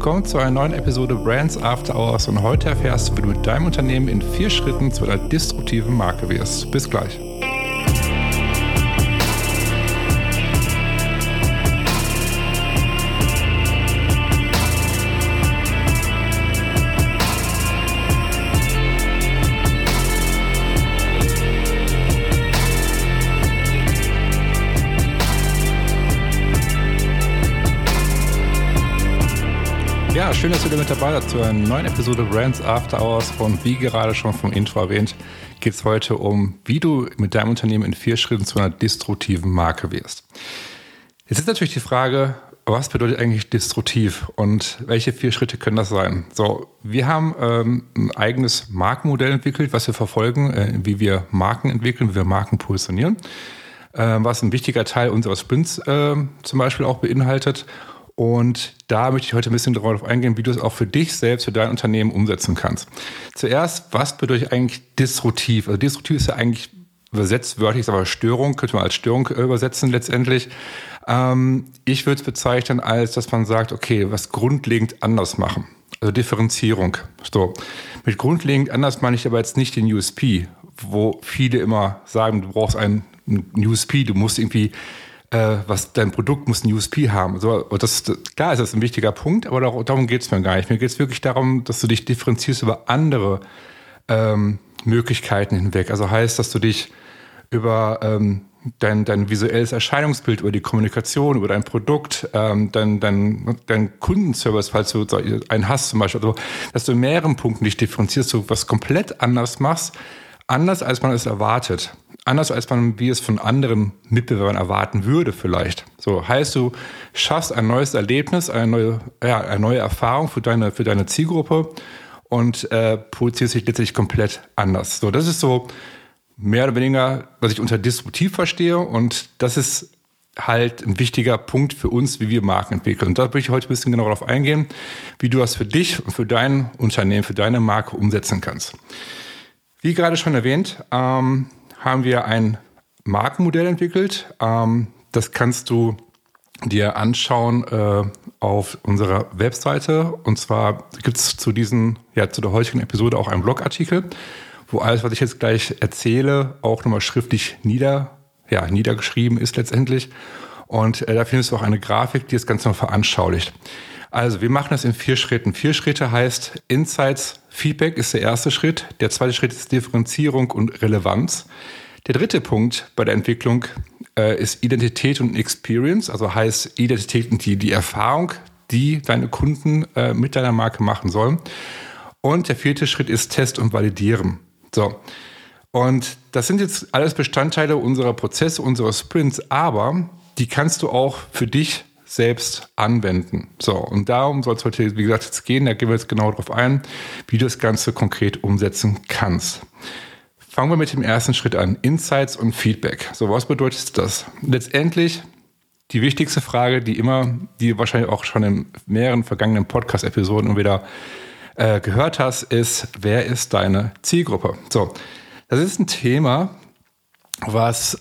willkommen zu einer neuen Episode Brands After Hours und heute erfährst du, wie du mit deinem Unternehmen in 4 Schritten zu einer disruptiven Marke wirst. Bis gleich. Ja, schön, dass du wieder mit dabei seid zu einer neuen Episode Brands After Hours und wie gerade schon vom Intro erwähnt, geht es heute um, wie du mit deinem Unternehmen in 4 Schritten zu einer disruptiven Marke wirst. Jetzt ist natürlich die Frage, was bedeutet eigentlich disruptiv und welche 4 Schritte können das sein? So, wir haben ein eigenes Markenmodell entwickelt, was wir verfolgen, wie wir Marken entwickeln, wie wir Marken positionieren, was ein wichtiger Teil unseres Sprints zum Beispiel auch beinhaltet. Und da möchte ich heute ein bisschen darauf eingehen, wie du es auch für dich selbst, für dein Unternehmen umsetzen kannst. Zuerst, was bedeutet eigentlich disruptiv? Also disruptiv ist ja eigentlich übersetzt wörtlich, aber Störung, könnte man als Störung übersetzen letztendlich. Ich würde es bezeichnen als, dass man sagt, okay, was grundlegend anders machen. Also Differenzierung. So. Mit grundlegend anders meine ich aber jetzt nicht den USP, wo viele immer sagen, du brauchst einen USP, du musst irgendwie dein Produkt muss ein USP haben. So, klar ist das ein wichtiger Punkt, aber darum geht es mir gar nicht. Mir geht es wirklich darum, dass du dich differenzierst über andere Möglichkeiten hinweg. Also heißt, dass du dich über dein visuelles Erscheinungsbild, über die Kommunikation, über dein Produkt, dein Kundenservice, falls du einen hast zum Beispiel, also, dass du in mehreren Punkten dich differenzierst, du was komplett anders machst, anders als man es erwartet. Anders als wie es von anderen Mitbewerbern erwarten würde vielleicht. So heißt, du schaffst ein neues Erlebnis, eine neue Erfahrung für deine Zielgruppe und posizionierst dich letztlich komplett anders. So, das ist so mehr oder weniger, was ich unter disruptiv verstehe und das ist halt ein wichtiger Punkt für uns, wie wir Marken entwickeln. Und da will ich heute ein bisschen genauer darauf eingehen, wie du das für dich und für dein Unternehmen, für deine Marke umsetzen kannst. Wie gerade schon erwähnt, haben wir ein Markenmodell entwickelt. Das kannst du dir anschauen auf unserer Webseite. Und zwar gibt es zu der heutigen Episode auch einen Blogartikel, wo alles, was ich jetzt gleich erzähle, auch nochmal schriftlich niedergeschrieben ist letztendlich. Und da findest du auch eine Grafik, die das Ganze noch veranschaulicht. Also wir machen das in 4 Schritten. 4 Schritte heißt Insights, Feedback ist der erste Schritt. Der zweite Schritt ist Differenzierung und Relevanz. Der dritte Punkt bei der Entwicklung ist Identität und Experience. Also heißt Identität und die Erfahrung, die deine Kunden mit deiner Marke machen sollen. Und der 4. Schritt ist Test und Validieren. So. Und das sind jetzt alles Bestandteile unserer Prozesse, unserer Sprints, aber die kannst du auch für dich selbst anwenden. So, und darum soll es heute, wie gesagt, jetzt gehen. Da gehen wir jetzt genau darauf ein, wie du das Ganze konkret umsetzen kannst. Fangen wir mit dem ersten Schritt an. Insights und Feedback. So, was bedeutet das? Letztendlich die wichtigste Frage, die wahrscheinlich auch schon in mehreren vergangenen Podcast-Episoden wieder gehört hast, ist, wer ist deine Zielgruppe? So, das ist ein Thema, was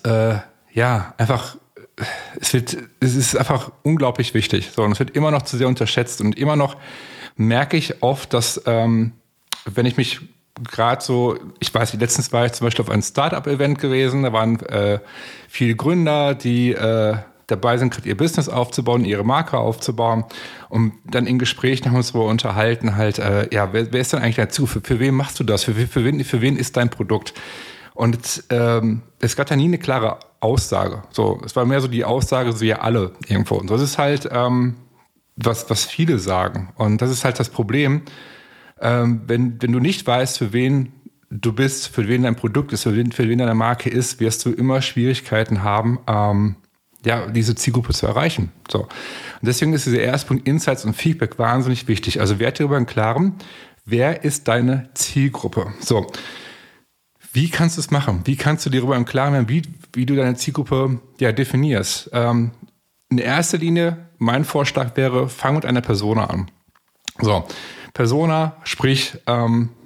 es ist einfach unglaublich wichtig. So, und es wird immer noch zu sehr unterschätzt und immer noch merke ich oft, dass wenn ich mich gerade so, ich weiß nicht, letztens war ich zum Beispiel auf einem Startup-Event gewesen, da waren viele Gründer, die dabei sind, gerade ihr Business aufzubauen, ihre Marke aufzubauen und dann in Gesprächen haben wir uns darüber unterhalten, wer ist denn eigentlich dazu? Für wen machst du das? Für wen ist dein Produkt? Und es gab da nie eine klare Aussage. So, es war mehr so die Aussage, so ja alle irgendwo. Und das ist halt, was viele sagen. Und das ist halt das Problem, wenn du nicht weißt, für wen du bist, für wen dein Produkt ist, für wen deine Marke ist, wirst du immer Schwierigkeiten haben, diese Zielgruppe zu erreichen. So. Und deswegen ist dieser erste Punkt Insights und Feedback wahnsinnig wichtig. Also werd dir darüber im Klaren, wer ist deine Zielgruppe? So. Wie kannst du es machen? Wie kannst du dir darüber im Klaren werden, wie du deine Zielgruppe definierst? In erster Linie, mein Vorschlag wäre, fang mit einer Persona an. So, Persona, sprich,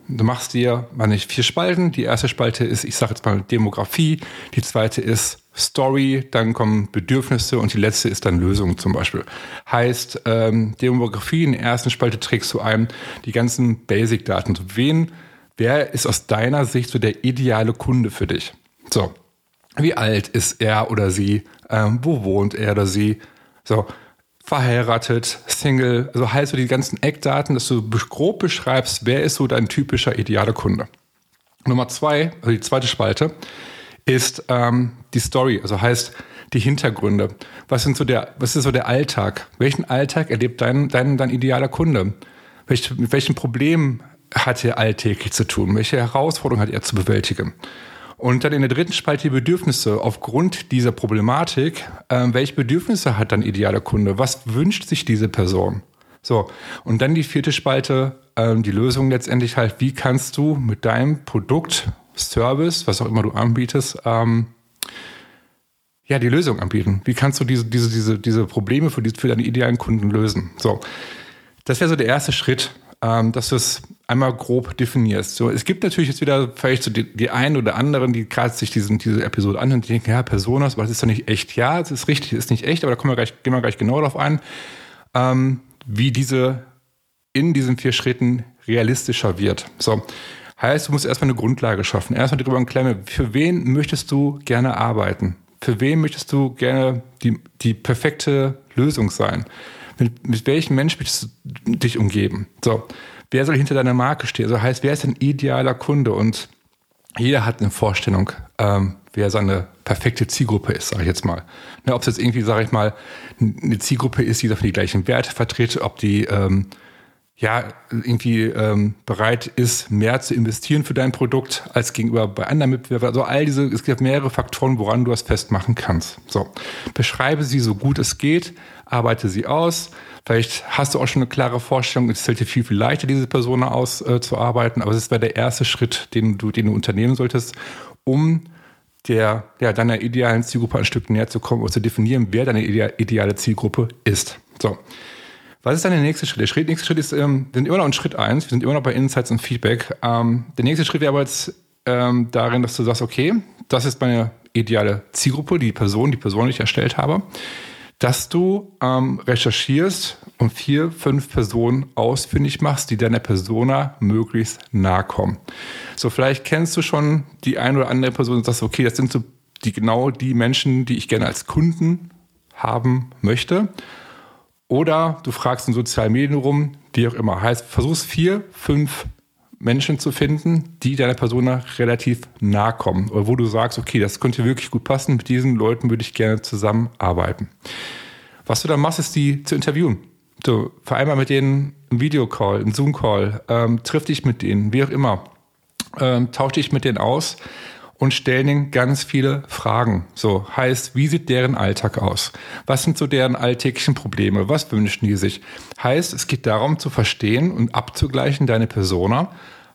Du machst dir, 4 Spalten. Die erste Spalte ist, ich sage jetzt mal Demografie. Die zweite ist Story, dann kommen Bedürfnisse und die letzte ist dann Lösung zum Beispiel. Heißt, Demografie in der ersten Spalte trägst du ein die ganzen Basic-Daten. Wer ist aus deiner Sicht so der ideale Kunde für dich? So, wie alt ist er oder sie? Wo wohnt er oder sie? So, verheiratet, Single, also heißt so die ganzen Eckdaten, dass du grob beschreibst, wer ist so dein typischer idealer Kunde. Nummer 2, also die zweite Spalte, ist die Story, also heißt die Hintergründe. Was ist so der Alltag? Welchen Alltag erlebt dein idealer Kunde? Mit welchen Problemen hat er alltäglich zu tun? Welche Herausforderungen hat er zu bewältigen? Und dann in der dritten Spalte die Bedürfnisse. Aufgrund dieser Problematik, welche Bedürfnisse hat dein idealer Kunde? Was wünscht sich diese Person? So, und dann die vierte Spalte, die Lösung letztendlich halt, wie kannst du mit deinem Produkt, Service, was auch immer du anbietest, die Lösung anbieten. Wie kannst du diese Probleme für deine idealen Kunden lösen? So, das wäre so der erste Schritt, dass du es einmal grob definierst. So, es gibt natürlich jetzt wieder vielleicht so die einen oder anderen, die gerade sich diese Episode anhören und denken, ja, Personas, aber das ist doch nicht echt. Ja, es ist richtig, ist nicht echt, aber da gehen wir gleich genau darauf ein, wie diese in diesen 4 Schritten realistischer wird. So, heißt, du musst erstmal eine Grundlage schaffen. Erstmal darüber erklären, für wen möchtest du gerne arbeiten? Für wen möchtest du gerne die perfekte Lösung sein? Mit welchem Mensch möchtest du dich umgeben? So, wer soll hinter deiner Marke stehen? Also heißt, wer ist ein idealer Kunde? Und jeder hat eine Vorstellung, wer seine perfekte Zielgruppe ist, sage ich jetzt mal. Ne, ob es jetzt irgendwie, sage ich mal, eine Zielgruppe ist, die dafür die gleichen Werte vertritt, ob die bereit ist, mehr zu investieren für dein Produkt als gegenüber bei anderen Mitbewerbern. Also es gibt mehrere Faktoren, woran du das festmachen kannst. So, beschreibe sie so gut es geht, arbeite sie aus. Vielleicht hast du auch schon eine klare Vorstellung, es fällt dir viel, viel leichter, diese Persona auszuarbeiten, aber es wäre der erste Schritt, den du unternehmen solltest, um deiner idealen Zielgruppe ein Stück näher zu kommen und zu definieren, wer deine ideale Zielgruppe ist. So. Was ist dann der nächste Schritt? Der nächste Schritt ist, wir sind immer noch in Schritt 1, wir sind immer noch bei Insights und Feedback. Der nächste Schritt wäre aber jetzt darin, dass du sagst, okay, das ist meine ideale Zielgruppe, die Person, die ich erstellt habe, dass du recherchierst und 4, 5 Personen ausfindig machst, die deiner Persona möglichst nahe kommen. So, vielleicht kennst du schon die eine oder andere Person und sagst, okay, das sind so genau die Menschen, die ich gerne als Kunden haben möchte. Oder du fragst in sozialen Medien rum, wie auch immer. Heißt, versuchst 4, 5 Menschen zu finden, die deiner Persona relativ nahe kommen. Oder wo du sagst, okay, das könnte wirklich gut passen, mit diesen Leuten würde ich gerne zusammenarbeiten. Was du dann machst, ist die zu interviewen. Du vereinbar mit denen einen Videocall, einen Zoom-Call, triff dich mit denen, wie auch immer. Tausch dich mit denen aus und stellen ihnen ganz viele Fragen. So, heißt, wie sieht deren Alltag aus? Was sind so deren alltäglichen Probleme? Was wünschen die sich? Heißt, es geht darum zu verstehen und abzugleichen deine Persona,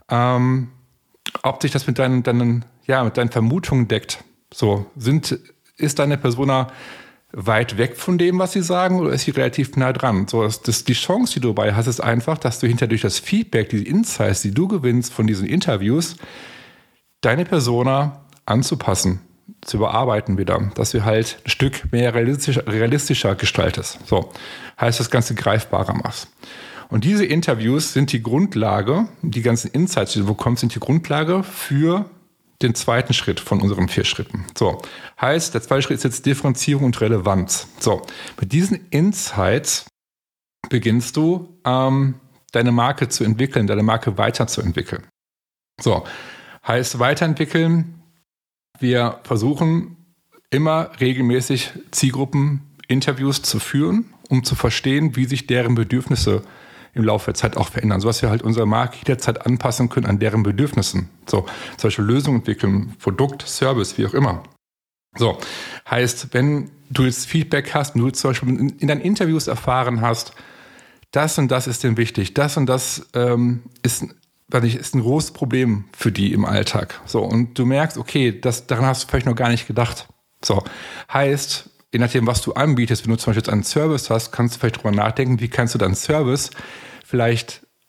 ob sich das mit deinen Vermutungen deckt. So, ist deine Persona weit weg von dem, was sie sagen, oder ist sie relativ nah dran? So, die Chance, die du dabei hast, ist einfach, dass du durch das Feedback, die Insights, die du gewinnst von diesen Interviews, deine Persona anzupassen, zu überarbeiten wieder, dass du halt ein Stück mehr realistischer gestaltest. So, heißt, das Ganze greifbarer machst. Und diese Interviews sind die Grundlage, die ganzen Insights, die du bekommst, sind die Grundlage für den zweiten Schritt von unseren 4 Schritten. So, heißt, der zweite Schritt ist jetzt Differenzierung und Relevanz. So, mit diesen Insights beginnst du, deine Marke zu entwickeln, deine Marke weiterzuentwickeln. So, heißt weiterentwickeln, wir versuchen immer regelmäßig Zielgruppen-Interviews zu führen, um zu verstehen, wie sich deren Bedürfnisse im Laufe der Zeit auch verändern, sodass wir halt unsere Marke jederzeit anpassen können an deren Bedürfnissen. So, zum Beispiel Lösungen entwickeln, Produkt, Service, wie auch immer. So, heißt, wenn du jetzt Feedback hast und du zum Beispiel in deinen Interviews erfahren hast, das und das ist denen wichtig, das und das ist ein großes Problem für die im Alltag. So, und du merkst, okay, daran hast du vielleicht noch gar nicht gedacht. So, heißt, je nachdem, was du anbietest, wenn du zum Beispiel jetzt einen Service hast, kannst du vielleicht drüber nachdenken, wie kannst du deinen Service vielleicht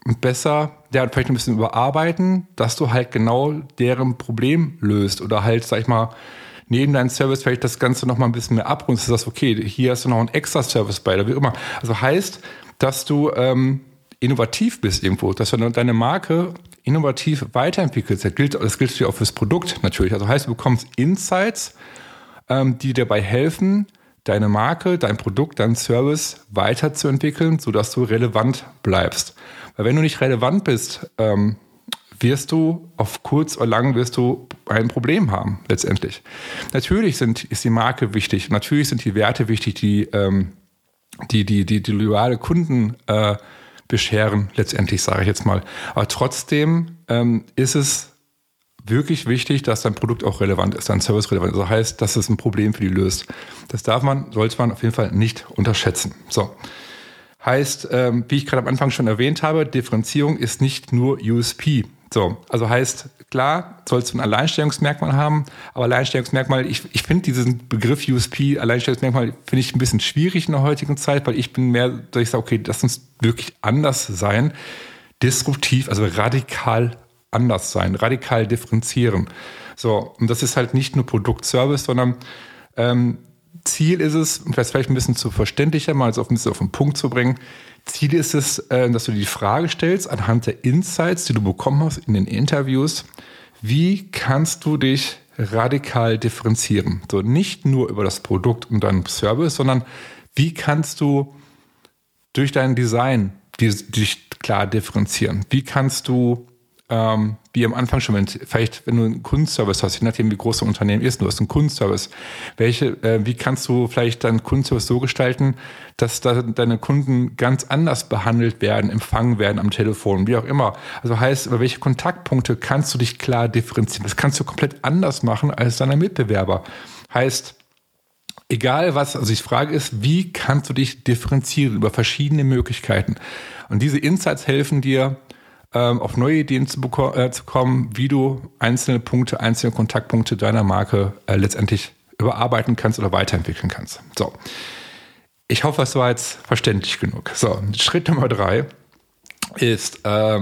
besser, ja, vielleicht ein bisschen überarbeiten, dass du halt genau deren Problem löst oder halt, sag ich mal, neben deinem Service vielleicht das Ganze noch mal ein bisschen mehr abrundest, dass du sagst, okay, hier hast du noch einen extra Service bei oder wie immer. Also heißt, dass du innovativ bist irgendwo, dass du deine Marke innovativ weiterentwickelst. Das gilt natürlich auch fürs Produkt natürlich. Also heißt, du bekommst Insights, die dir dabei helfen, deine Marke, dein Produkt, deinen Service weiterzuentwickeln, sodass du relevant bleibst. Weil wenn du nicht relevant bist, wirst du auf kurz oder lang ein Problem haben, letztendlich. Natürlich ist die Marke wichtig, natürlich sind die Werte wichtig, die loyale Kunden bescheren, letztendlich, sage ich jetzt mal. Aber trotzdem ist es wirklich wichtig, dass dein Produkt auch relevant ist, dein Service relevant ist. Das heißt, dass es ein Problem für die löst. Das sollte man auf jeden Fall nicht unterschätzen. So. Heißt, wie ich gerade am Anfang schon erwähnt habe, Differenzierung ist nicht nur USP. So, also heißt, klar, sollst du ein Alleinstellungsmerkmal haben, aber Alleinstellungsmerkmal, ich finde diesen Begriff USP, Alleinstellungsmerkmal, finde ich ein bisschen schwierig in der heutigen Zeit, weil ich bin mehr, dass ich sage, okay, lass uns wirklich anders sein, disruptiv, also radikal anders sein, radikal differenzieren. So, und das ist halt nicht nur Produkt-Service, sondern Ziel ist es, um das vielleicht ein bisschen zu verständlicher, mal ein bisschen auf den Punkt zu bringen, Ziel ist es, dass du dir die Frage stellst, anhand der Insights, die du bekommen hast in den Interviews, wie kannst du dich radikal differenzieren? So nicht nur über das Produkt und deinen Service, sondern wie kannst du durch dein Design dich klar differenzieren? Wie kannst du, wie am Anfang schon, vielleicht wenn du einen Kundenservice hast, je nachdem wie groß dein Unternehmen ist, du hast einen Kundenservice, wie kannst du vielleicht deinen Kundenservice so gestalten, dass deine Kunden ganz anders behandelt werden, empfangen werden am Telefon, wie auch immer. Also heißt, über welche Kontaktpunkte kannst du dich klar differenzieren? Das kannst du komplett anders machen als deine Mitbewerber. Heißt, egal was, also die Frage ist, wie kannst du dich differenzieren über verschiedene Möglichkeiten? Und diese Insights helfen dir, auf neue Ideen zu kommen, wie du einzelne Kontaktpunkte deiner Marke letztendlich überarbeiten kannst oder weiterentwickeln kannst. So, ich hoffe, es war jetzt verständlich genug. So, Schritt Nummer 3 ist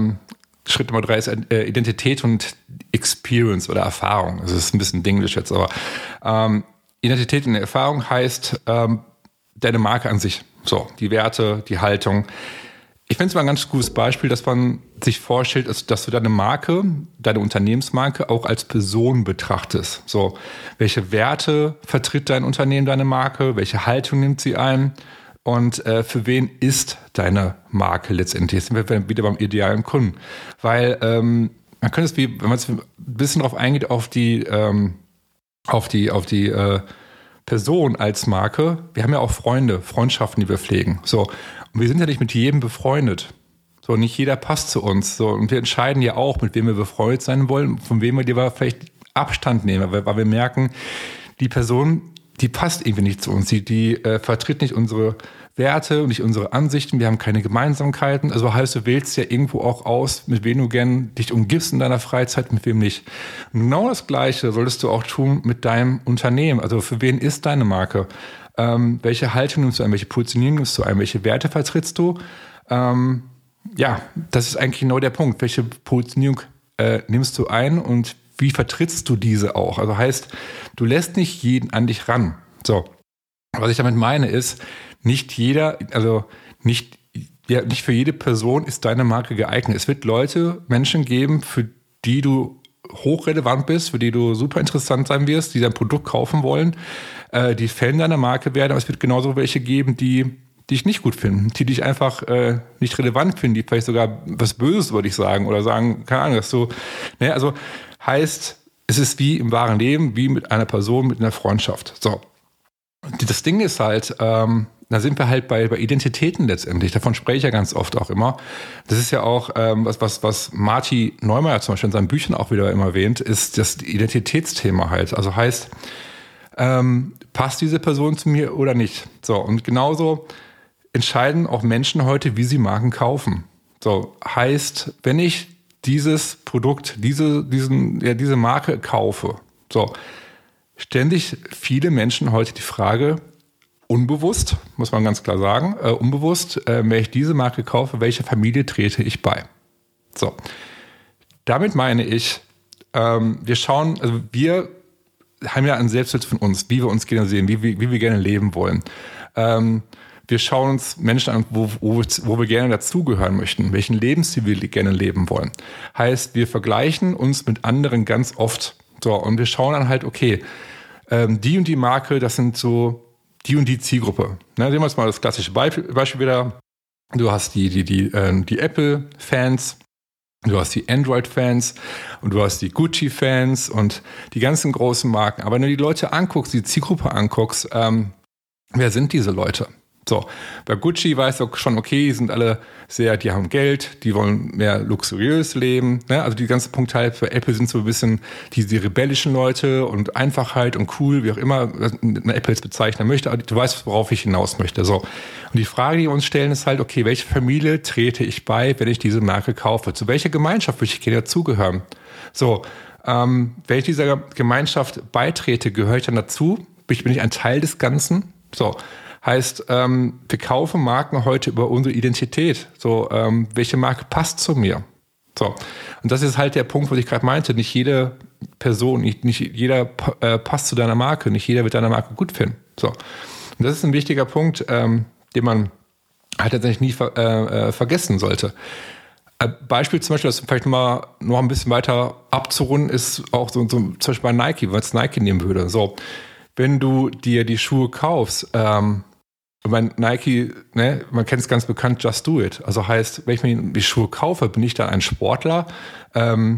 Identität und Experience oder Erfahrung. Das ist ein bisschen dinglisch jetzt, aber Identität und Erfahrung heißt deine Marke an sich. So, die Werte, die Haltung. Ich finde es mal ein ganz gutes Beispiel, dass man sich vorstellt, dass du deine Marke, deine Unternehmensmarke auch als Person betrachtest. So, welche Werte vertritt dein Unternehmen, deine Marke? Welche Haltung nimmt sie ein? Und für wen ist deine Marke letztendlich? Jetzt sind wir wieder beim idealen Kunden. Weil man könnte es, wenn man jetzt ein bisschen darauf eingeht, auf die Person als Marke, wir haben ja auch Freundschaften, die wir pflegen. So. Und wir sind ja nicht mit jedem befreundet. So, nicht jeder passt zu uns. So, und wir entscheiden ja auch, mit wem wir befreundet sein wollen, von wem wir lieber vielleicht Abstand nehmen, weil wir merken, die Person, die passt irgendwie nicht zu uns. Die vertritt nicht unsere Werte und nicht unsere Ansichten. Wir haben keine Gemeinsamkeiten. Also heißt, du wählst ja irgendwo auch aus, mit wem du gern dich umgibst in deiner Freizeit, mit wem nicht. Und genau das Gleiche solltest du auch tun mit deinem Unternehmen. Also für wen ist deine Marke? Welche Haltung nimmst du ein? Welche Positionierung nimmst du ein? Welche Werte vertrittst du? Ja, das ist eigentlich genau der Punkt. Welche Positionierung nimmst du ein und wie vertrittst du diese auch? Also heißt, du lässt nicht jeden an dich ran. So, was ich damit meine ist, nicht für jede Person ist deine Marke geeignet. Es wird Menschen geben, für die du hochrelevant bist, für die du super interessant sein wirst, die dein Produkt kaufen wollen, die Fan deiner Marke werden, aber es wird genauso welche geben, die dich nicht gut finden, die dich einfach nicht relevant finden, die vielleicht sogar was Böses über dich sagen oder sagen, keine Ahnung, dass du, also heißt, es ist wie im wahren Leben, wie mit einer Person, mit einer Freundschaft. So. Das Ding ist halt, da sind wir halt bei Identitäten letztendlich. Davon spreche ich ja ganz oft auch immer. Das ist ja auch was Marty Neumeier zum Beispiel in seinen Büchern auch wieder immer erwähnt, ist das Identitätsthema halt. Also heißt, passt diese Person zu mir oder nicht? So, und genauso entscheiden auch Menschen heute, wie sie Marken kaufen. So, heißt, wenn ich dieses Produkt, diese Marke kaufe, so, stellen sich viele Menschen heute die Frage, unbewusst, muss man ganz klar sagen, wenn ich diese Marke kaufe, welcher Familie trete ich bei? So, damit meine ich, wir haben ja ein Selbstbild von uns, wie wir uns gerne sehen, wie wir gerne leben wollen. Wir schauen uns Menschen an, wo wir gerne dazugehören möchten, welchen Lebensstil wir gerne leben wollen. Heißt, wir vergleichen uns mit anderen ganz oft. So, und wir schauen dann halt, okay, die und die Marke, das sind so die und die Zielgruppe. Sehen wir uns mal das klassische Beispiel wieder. Du hast die Apple-Fans, du hast die Android-Fans und du hast die Gucci-Fans und die ganzen großen Marken. Aber wenn du die Leute anguckst, die Zielgruppe anguckst, wer sind diese Leute? So, bei Gucci weißt du schon, okay, die sind alle die haben Geld, die wollen mehr luxuriös leben. Ne? Also die ganzen Punkte halt bei Apple sind so ein bisschen die rebellischen Leute und Einfachheit und cool, wie auch immer man Apple jetzt bezeichnen möchte. Aber du weißt, worauf ich hinaus möchte. So. Und die Frage, die wir uns stellen, ist halt, okay, welche Familie trete ich bei, wenn ich diese Marke kaufe? Zu welcher Gemeinschaft würde ich gerne dazugehören? So, wenn ich dieser Gemeinschaft beitrete, gehöre ich dann dazu? Bin ich ein Teil des Ganzen? So. Heißt, wir kaufen Marken heute über unsere Identität. So, welche Marke passt zu mir? So. Und das ist halt der Punkt, was ich gerade meinte. Nicht jede Person, nicht jeder passt zu deiner Marke. Nicht jeder wird deine Marke gut finden. So. Und das ist ein wichtiger Punkt, den man halt tatsächlich nie vergessen sollte. Beispiel zum Beispiel, das vielleicht mal noch ein bisschen weiter abzurunden, ist auch so zum Beispiel bei Nike, wenn man jetzt Nike nehmen würde. So. Wenn du dir die Schuhe kaufst, bei Nike, ne, man kennt es ganz bekannt, just do it. Also heißt, wenn ich mir die Schuhe kaufe, bin ich dann ein Sportler? Wenn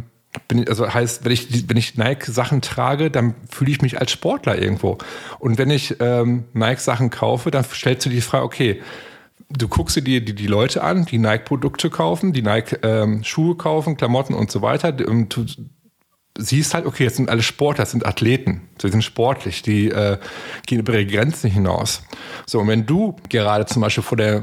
ich Nike-Sachen trage, dann fühle ich mich als Sportler irgendwo. Und wenn ich Nike-Sachen kaufe, dann stellst du dir die Frage, okay, du guckst dir die Leute an, die Nike-Produkte kaufen, die Nike-Schuhe kaufen, Klamotten und so weiter. Und du siehst halt, okay, jetzt sind alle Sportler, das sind Athleten, sie sind sportlich, die gehen über ihre Grenzen hinaus. So, und wenn du gerade zum Beispiel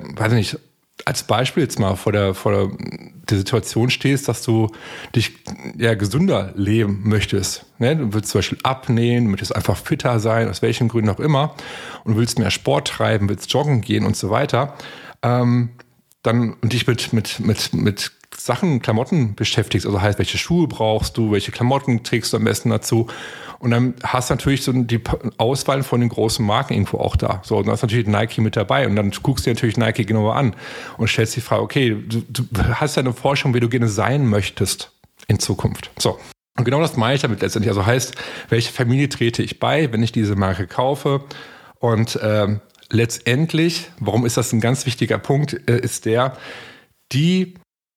als Beispiel jetzt mal vor der Situation stehst, dass du dich gesünder leben möchtest, ne? Du willst zum Beispiel abnehmen, möchtest einfach fitter sein, aus welchen Gründen auch immer, und du willst mehr Sport treiben, willst joggen gehen und so weiter, und dich mit Sachen, Klamotten beschäftigst, also heißt, welche Schuhe brauchst du, welche Klamotten trägst du am besten dazu, und dann hast du natürlich so die Auswahl von den großen Marken irgendwo auch da. So, und dann ist natürlich Nike mit dabei, und dann guckst du dir natürlich Nike genauer an und stellst die Frage, okay, du hast ja eine Vorstellung, wie du gerne sein möchtest in Zukunft. So. Und genau das meine ich damit letztendlich. Also heißt, welche Familie trete ich bei, wenn ich diese Marke kaufe? Und letztendlich, warum ist das ein ganz wichtiger Punkt, ist die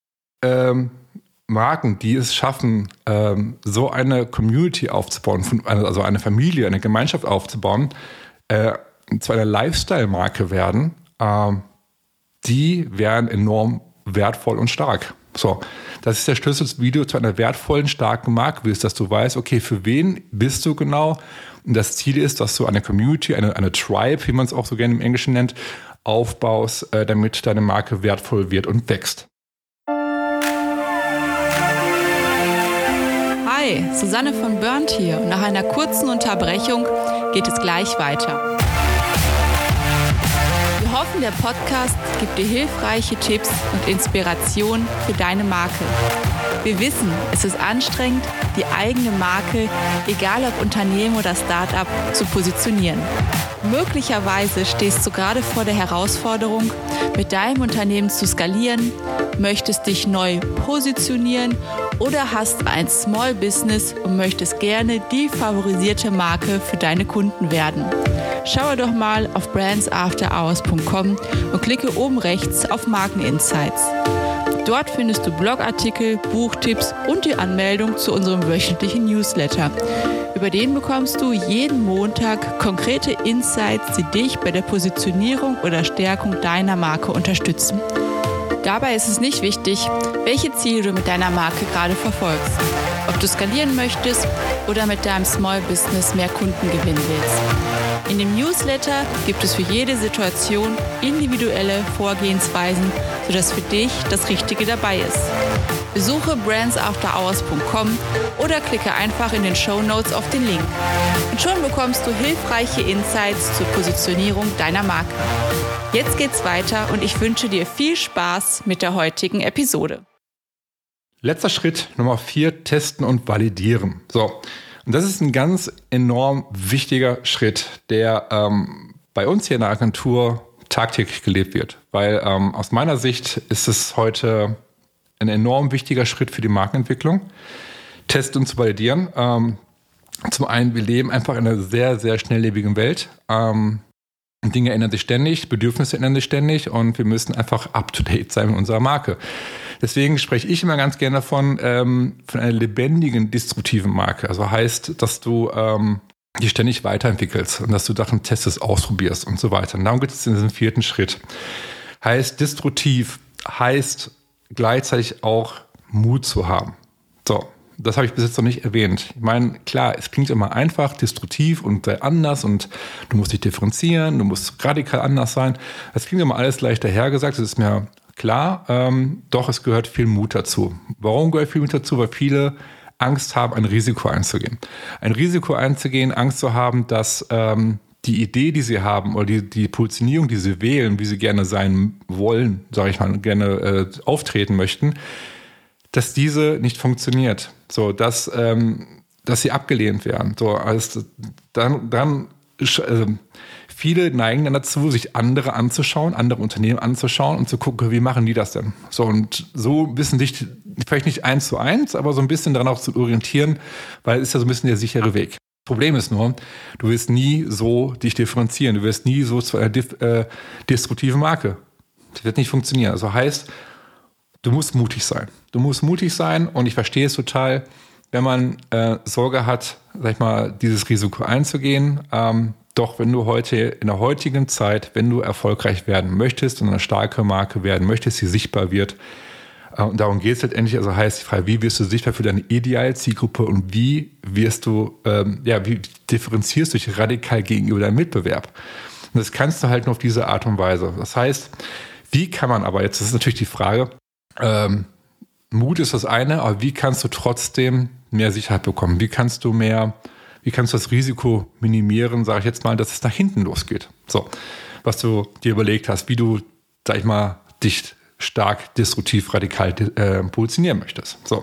Marken, die es schaffen, so eine Community aufzubauen, also eine Familie, eine Gemeinschaft aufzubauen, zu einer Lifestyle-Marke werden, die werden enorm wertvoll und stark. So, das ist der Schlüssel, wie du zu einer wertvollen, starken Marke wirst, dass du weißt, okay, für wen bist du genau? Und das Ziel ist, dass du eine Community, eine Tribe, wie man es auch so gerne im Englischen nennt, aufbaust, damit deine Marke wertvoll wird und wächst. Hi, Susanne von Burnt hier, und nach einer kurzen Unterbrechung geht es gleich weiter. Wir hoffen, der Podcast gibt dir hilfreiche Tipps und Inspiration für deine Marke. Wir wissen, es ist anstrengend, die eigene Marke, egal ob Unternehmen oder Start-up, zu positionieren. Möglicherweise stehst du gerade vor der Herausforderung, mit deinem Unternehmen zu skalieren, möchtest dich neu positionieren oder hast ein Small Business und möchtest gerne die favorisierte Marke für deine Kunden werden. Schaue doch mal auf brandsafterhours.com und klicke oben rechts auf Markeninsights. Dort findest du Blogartikel, Buchtipps und die Anmeldung zu unserem wöchentlichen Newsletter. Über den bekommst du jeden Montag konkrete Insights, die dich bei der Positionierung oder Stärkung deiner Marke unterstützen. Dabei ist es nicht wichtig, welche Ziele du mit deiner Marke gerade verfolgst. Ob du skalieren möchtest oder mit deinem Small Business mehr Kunden gewinnen willst. In dem Newsletter gibt es für jede Situation individuelle Vorgehensweisen, sodass für dich das Richtige dabei ist. Besuche brandsafterhours.com oder klicke einfach in den Shownotes auf den Link. Und schon bekommst du hilfreiche Insights zur Positionierung deiner Marke. Jetzt geht's weiter und ich wünsche dir viel Spaß mit der heutigen Episode. Letzter Schritt, Nummer 4, testen und validieren. So, und das ist ein ganz enorm wichtiger Schritt, der bei uns hier in der Agentur tagtäglich gelebt wird. Weil aus meiner Sicht ist es heute ein enorm wichtiger Schritt für die Markenentwicklung, testen und zu validieren. Zum einen, wir leben einfach in einer sehr, sehr schnelllebigen Welt. Dinge ändern sich ständig, Bedürfnisse ändern sich ständig und wir müssen einfach up-to-date sein mit unserer Marke. Deswegen spreche ich immer ganz gerne von einer lebendigen, disruptiven Marke. Also heißt, dass du die ständig weiterentwickelst und dass du Sachen testest, ausprobierst und so weiter. Und darum geht es in diesem 4. Schritt. Heißt, disruptiv heißt gleichzeitig auch Mut zu haben. So. Das habe ich bis jetzt noch nicht erwähnt. Ich meine, klar, es klingt immer einfach, destruktiv und anders und du musst dich differenzieren, du musst radikal anders sein. Das klingt immer alles leicht dahergesagt, das ist mir klar. Doch es gehört viel Mut dazu. Warum gehört viel Mut dazu? Weil viele Angst haben, ein Risiko einzugehen. Ein Risiko einzugehen, Angst zu haben, dass die Idee, die sie haben oder die Positionierung, die sie wählen, wie sie gerne sein wollen, sage ich mal, gerne auftreten möchten, dass diese nicht funktioniert, so dass sie abgelehnt werden. So, also viele neigen dann dazu, sich andere anzuschauen, andere Unternehmen anzuschauen und zu gucken, wie machen die das denn? So, und so ein bisschen sich, vielleicht nicht 1:1, aber so ein bisschen daran auch zu orientieren, weil es ist ja so ein bisschen der sichere Weg. Problem ist nur, du wirst nie so dich differenzieren, du wirst nie so zu einer destruktiven Marke. Das wird nicht funktionieren. Also heißt, du musst mutig sein. Du musst mutig sein und ich verstehe es total, wenn man Sorge hat, sag ich mal, dieses Risiko einzugehen. Doch wenn du heute in der heutigen Zeit, wenn du erfolgreich werden möchtest und eine starke Marke werden möchtest, die sichtbar wird, und darum geht es letztendlich, also heißt die Frage, wie wirst du sichtbar für deine ideale Zielgruppe und wie wirst du, wie differenzierst du dich radikal gegenüber deinem Mitbewerb? Und das kannst du halt nur auf diese Art und Weise. Das heißt, wie kann man aber, jetzt das ist natürlich die Frage, Mut ist das eine, aber wie kannst du trotzdem mehr Sicherheit bekommen? Wie kannst du das Risiko minimieren, sage ich jetzt mal, dass es nach hinten losgeht? So, was du dir überlegt hast, wie du, sag ich mal, dich stark disruptiv radikal positionieren möchtest. So.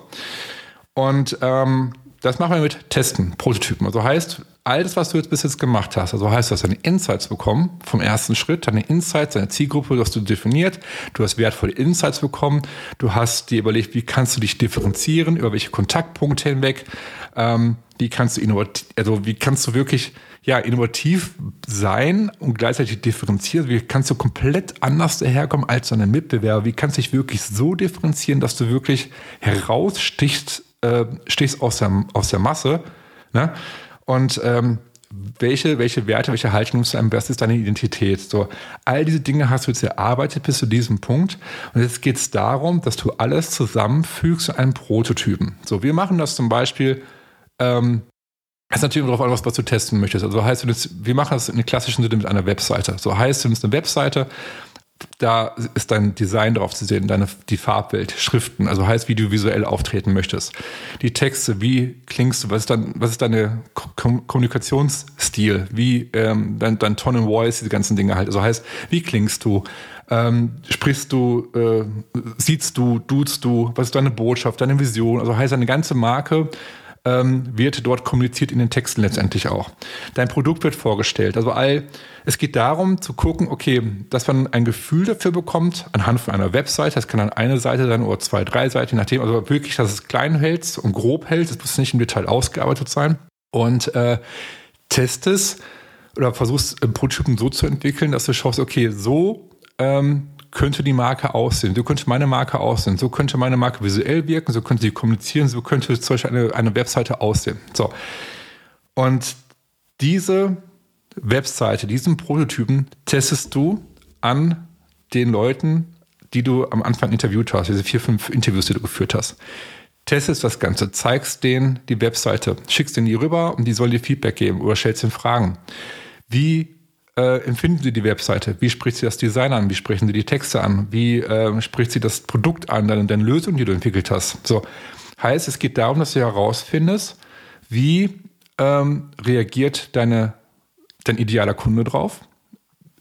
Und das machen wir mit Testen, Prototypen. Also heißt, alles, was du jetzt bis jetzt gemacht hast, also heißt, du hast deine Insights bekommen vom ersten Schritt, deine Insights, deine Zielgruppe, hast du definiert, du hast wertvolle Insights bekommen, du hast dir überlegt, wie kannst du dich differenzieren, über welche Kontaktpunkte hinweg, wie kannst du wirklich innovativ sein und gleichzeitig differenzieren, wie kannst du komplett anders daherkommen als deine Mitbewerber, wie kannst du dich wirklich so differenzieren, dass du wirklich herausstichst aus der Masse, ne? Und welche Werte, welche Haltung nimmst du an, was ist deine Identität? So, all diese Dinge hast du jetzt erarbeitet bis zu diesem Punkt. Und jetzt geht es darum, dass du alles zusammenfügst in einen Prototypen. So, wir machen das zum Beispiel, es ist natürlich darauf an, was du testen möchtest. Also heißt, wir machen das in der klassischen Sinne mit einer Webseite. So heißt, du nimmst eine Webseite, da ist dein Design drauf zu sehen, die Farbwelt, Schriften, also heißt, wie du visuell auftreten möchtest. Die Texte, wie klingst du, was ist deine Kommunikationsstil, wie dein Tone and Voice, diese ganzen Dinge halt. Also heißt, wie klingst du, sprichst du, siehst du, duzt du, was ist deine Botschaft, deine Vision, also heißt, deine ganze Marke wird dort kommuniziert in den Texten letztendlich auch. Dein Produkt wird vorgestellt. Also es geht darum zu gucken, okay, dass man ein Gefühl dafür bekommt anhand von einer Webseite. Das kann dann eine Seite sein oder 2, 3 Seiten, je nachdem. Also wirklich, dass es klein hältst und grob hältst. Es muss nicht im Detail ausgearbeitet sein. Und testest oder versuchst Prototypen so zu entwickeln, dass du schaust, okay, so könnte die Marke aussehen, so könnte meine Marke aussehen, so könnte meine Marke visuell wirken, so könnte sie kommunizieren, so könnte zum Beispiel eine Webseite aussehen. So. Und diese Webseite, diesen Prototypen testest du an den Leuten, die du am Anfang interviewt hast, diese 4, 5 Interviews, die du geführt hast. Testest das Ganze, zeigst denen die Webseite, schickst denen die rüber und die sollen dir Feedback geben oder stellst ihnen Fragen. Wie empfinden Sie die Webseite? Wie spricht sie das Design an? Wie sprechen Sie die Texte an? Wie spricht sie das Produkt an, deine Lösung, die du entwickelt hast? So, heißt, es geht darum, dass du herausfindest, wie reagiert dein idealer Kunde drauf?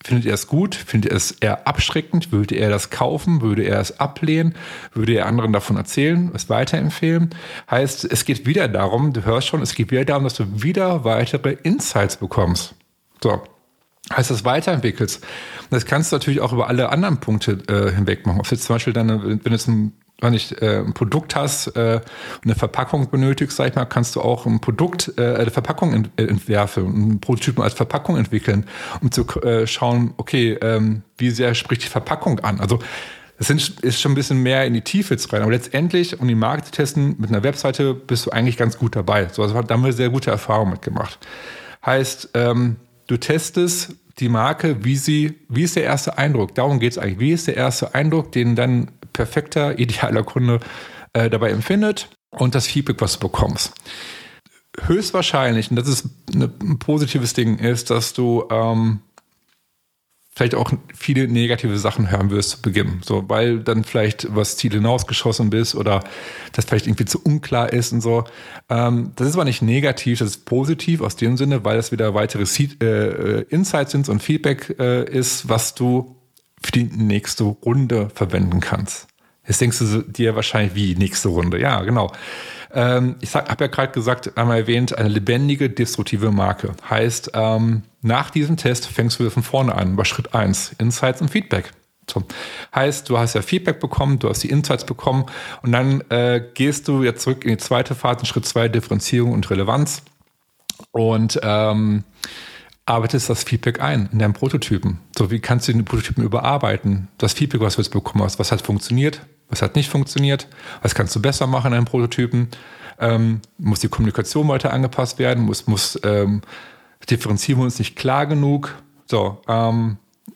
Findet er es gut? Findet er es eher abschreckend? Würde er das kaufen? Würde er es ablehnen? Würde er anderen davon erzählen, es weiterempfehlen? Heißt, es geht wieder darum, du hörst schon, es geht wieder darum, dass du wieder weitere Insights bekommst. So. Heißt, das weiterentwickelst. Und das kannst du natürlich auch über alle anderen Punkte hinweg machen. Ob jetzt zum Beispiel wenn du jetzt ein Produkt hast, eine Verpackung benötigst, sag ich mal, kannst du auch ein Produkt, eine Verpackung entwerfen und einen Prototypen als Verpackung entwickeln, um zu schauen, okay, wie sehr spricht die Verpackung an? Also das ist schon ein bisschen mehr in die Tiefe jetzt rein. Aber letztendlich, um die Marke zu testen, mit einer Webseite bist du eigentlich ganz gut dabei. So, also da haben wir sehr gute Erfahrungen mitgemacht. Heißt, du testest die Marke, wie ist der erste Eindruck? Darum geht es eigentlich. Wie ist der erste Eindruck, den dein perfekter, idealer Kunde dabei empfindet und das Feedback, was du bekommst? Höchstwahrscheinlich, und das ist ein positives Ding, ist, dass du vielleicht auch viele negative Sachen hören wirst zu Beginn. So, weil dann vielleicht was Ziel hinausgeschossen bist oder das vielleicht irgendwie zu unklar ist und so. Das ist aber nicht negativ, das ist positiv aus dem Sinne, weil es wieder weitere Insights sind und Feedback ist, was du für die nächste Runde verwenden kannst. Jetzt denkst du dir wahrscheinlich, wie nächste Runde? Ja, genau. Ich habe ja gerade gesagt, einmal erwähnt, eine lebendige, destruktive Marke. Heißt, nach diesem Test fängst du wieder von vorne an, bei Schritt 1, Insights und Feedback. So. Heißt, du hast ja Feedback bekommen, du hast die Insights bekommen und dann gehst du jetzt zurück in die zweite Phase, Schritt 2, Differenzierung und Relevanz und arbeitest das Feedback ein in deinem Prototypen. So, wie kannst du den Prototypen überarbeiten? Das Feedback, was du jetzt bekommen hast, was hat funktioniert, was hat nicht funktioniert, was kannst du besser machen in deinem Prototypen? Muss die Kommunikation weiter angepasst werden? Muss Differenzierung ist nicht klar genug? So, du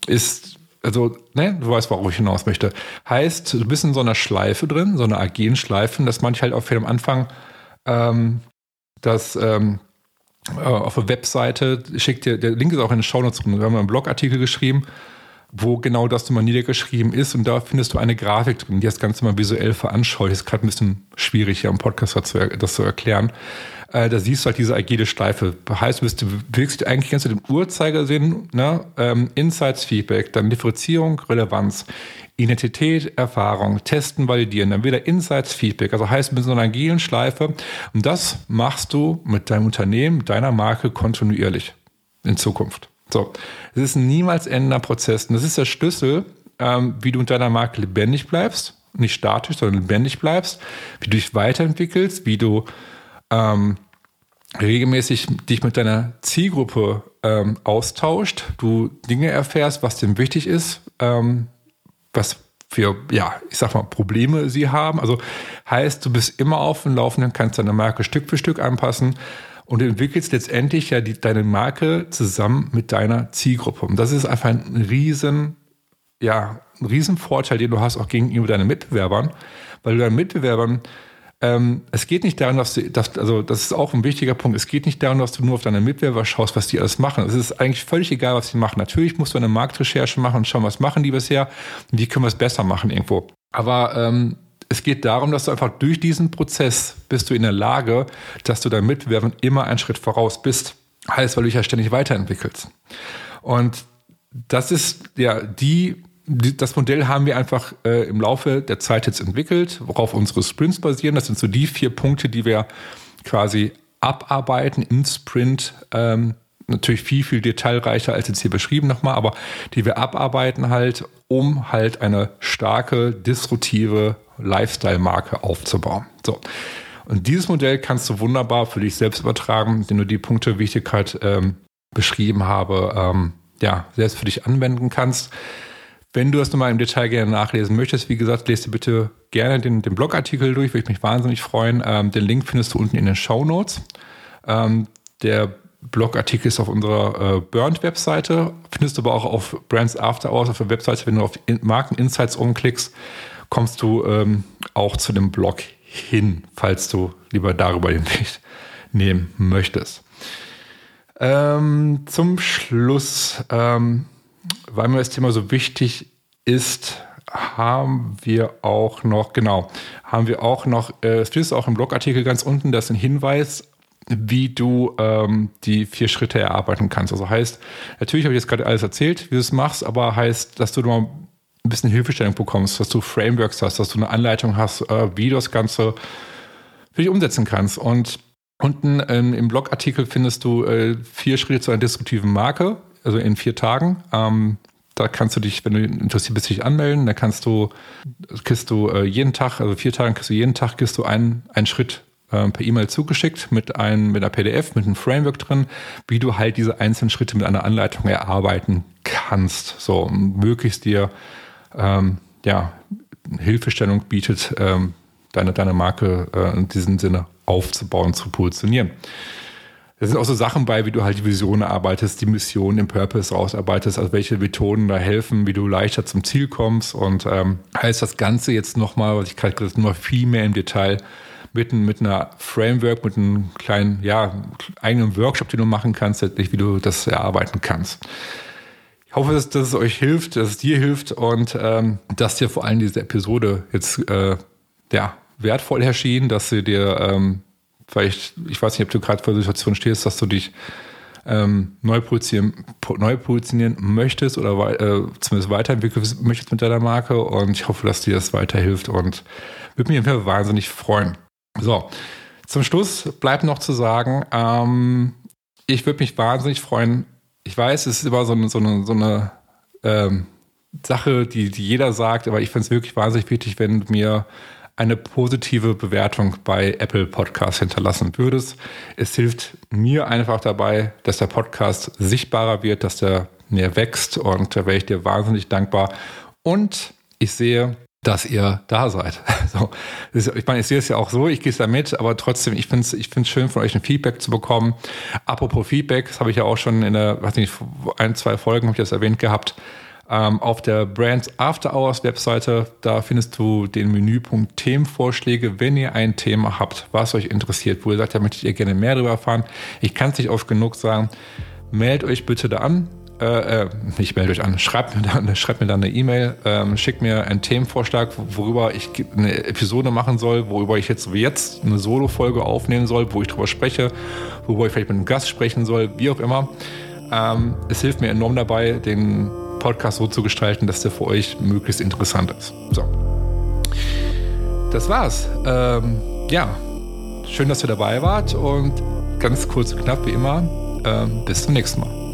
weißt, worauf ich hinaus möchte. Heißt, du bist in so einer Schleife drin, so einer agilen Schleife, dass manche halt auch für am Anfang auf der Webseite, der Link ist auch in den Shownotes drin, wir haben einen Blogartikel geschrieben, wo genau das mal niedergeschrieben ist und da findest du eine Grafik drin, die das Ganze mal visuell veranschaulicht. Das ist gerade ein bisschen schwierig hier am Podcast das zu erklären. Da siehst du halt diese agile Schleife. Das heißt, du bewegst eigentlich ganz im Uhrzeigersinn, ne? Insights, Feedback, dann Differenzierung, Relevanz, Identität, Erfahrung, Testen, Validieren, dann wieder Insights, Feedback. Also heißt, mit so einer agilen Schleife. Und das machst du mit deinem Unternehmen, mit deiner Marke kontinuierlich in Zukunft. So, es ist ein niemals endender Prozess. Und das ist der Schlüssel, wie du mit deiner Marke lebendig bleibst, nicht statisch, sondern lebendig bleibst, wie du dich weiterentwickelst, wie du regelmäßig dich mit deiner Zielgruppe austauscht, du Dinge erfährst, was dem wichtig ist, was für, Probleme sie haben. Also heißt, du bist immer auf dem Laufenden, kannst deine Marke Stück für Stück anpassen und du entwickelst letztendlich ja deine Marke zusammen mit deiner Zielgruppe. Und das ist einfach ein riesen Vorteil, den du hast auch gegenüber deinen Mitbewerbern, weil du deinen Mitbewerbern es geht nicht darum, das ist auch ein wichtiger Punkt, es geht nicht darum, dass du nur auf deine Mitbewerber schaust, was die alles machen. Es ist eigentlich völlig egal, was die machen. Natürlich musst du eine Marktrecherche machen und schauen, was machen die bisher und wie können wir es besser machen irgendwo. Aber es geht darum, dass du einfach durch diesen Prozess bist du in der Lage, dass du deinen Mitbewerbern immer einen Schritt voraus bist. Heißt, weil du dich ja ständig weiterentwickelst. Und das ist das Modell haben wir einfach im Laufe der Zeit jetzt entwickelt, worauf unsere Sprints basieren. Das sind so die 4 Punkte, die wir quasi abarbeiten im Sprint. Natürlich viel, viel detailreicher als jetzt hier beschrieben nochmal, aber die wir abarbeiten halt, um halt eine starke, disruptive Lifestyle-Marke aufzubauen. So. Und dieses Modell kannst du wunderbar für dich selbst übertragen, indem du die Punkte, wie ich dir gerade beschrieben habe, selbst für dich anwenden kannst. Wenn du das nochmal im Detail gerne nachlesen möchtest, wie gesagt, lest dir bitte gerne den Blogartikel durch, würde ich mich wahnsinnig freuen. Den Link findest du unten in den Shownotes. Der Blogartikel ist auf unserer Burnt-Webseite, findest du aber auch auf Brands After Hours auf der Webseite. Wenn du auf Marken-Insights umklickst, kommst du auch zu dem Blog hin, falls du lieber darüber den Weg nehmen möchtest. Zum Schluss, weil mir das Thema so wichtig ist, haben wir auch noch, das findest du auch im Blogartikel ganz unten, das ist ein Hinweis wie du die 4 Schritte erarbeiten kannst. Also heißt, natürlich habe ich jetzt gerade alles erzählt, wie du es machst, aber heißt, dass du noch ein bisschen Hilfestellung bekommst, dass du Frameworks hast, dass du eine Anleitung hast, wie du das Ganze für dich umsetzen kannst. Und unten im Blogartikel findest du 4 Schritte zu einer disruptiven Marke, also in 4 Tagen. Da kannst du dich, wenn du interessiert bist, dich anmelden. Da kriegst du jeden Tag, also 4 Tage kriegst du jeden Tag einen Schritt per E-Mail zugeschickt mit einer PDF, mit einem Framework drin, wie du halt diese einzelnen Schritte mit einer Anleitung erarbeiten kannst. So möglichst dir Hilfestellung bietet, deine Marke in diesem Sinne aufzubauen, zu positionieren. Da sind auch so Sachen bei, wie du halt die Vision erarbeitest, die Mission, den Purpose rausarbeitest, also welche Methoden da helfen, wie du leichter zum Ziel kommst. Und heißt das Ganze jetzt nochmal, was ich gerade gesagt habe, noch viel mehr im Detail mit einer Framework, mit einem kleinen, eigenen Workshop, den du machen kannst, wie du das erarbeiten kannst. Ich hoffe, dass es euch hilft, dass es dir hilft und dass dir vor allem diese Episode jetzt wertvoll erschien, dass sie dir vielleicht, ich weiß nicht, ob du gerade vor der Situation stehst, dass du dich neu positionieren möchtest oder zumindest weiterentwickeln möchtest mit deiner Marke, und ich hoffe, dass dir das weiterhilft und würde mich einfach wahnsinnig freuen. So, zum Schluss bleibt noch zu sagen, ich würde mich wahnsinnig freuen. Ich weiß, es ist immer so eine Sache, die jeder sagt, aber ich finde es wirklich wahnsinnig wichtig, wenn du mir eine positive Bewertung bei Apple Podcasts hinterlassen würdest. Es hilft mir einfach dabei, dass der Podcast sichtbarer wird, dass der mehr wächst, und da wäre ich dir wahnsinnig dankbar. Und ich sehe, dass ihr da seid. So, ich meine, ich sehe es ja auch so, ich gehe es da mit, aber trotzdem, ich finde es schön, von euch ein Feedback zu bekommen. Apropos Feedback, das habe ich ja auch schon in der, 1-2 Folgen habe ich das erwähnt gehabt. Auf der Brands After Hours Webseite, da findest du den Menüpunkt Themenvorschläge, wenn ihr ein Thema habt, was euch interessiert, wo ihr sagt, da möchtet ihr gerne mehr darüber erfahren. Ich kann es nicht oft genug sagen. Meldet euch bitte da an. Nicht meldet euch an, schreibt mir dann eine E-Mail, schickt mir einen Themenvorschlag, worüber ich eine Episode machen soll, worüber ich jetzt eine Solo-Folge aufnehmen soll, wo ich drüber spreche, worüber ich vielleicht mit einem Gast sprechen soll, wie auch immer. Es hilft mir enorm dabei, den Podcast so zu gestalten, dass der für euch möglichst interessant ist. So. Das war's. Schön, dass ihr dabei wart, und ganz kurz und knapp wie immer, bis zum nächsten Mal.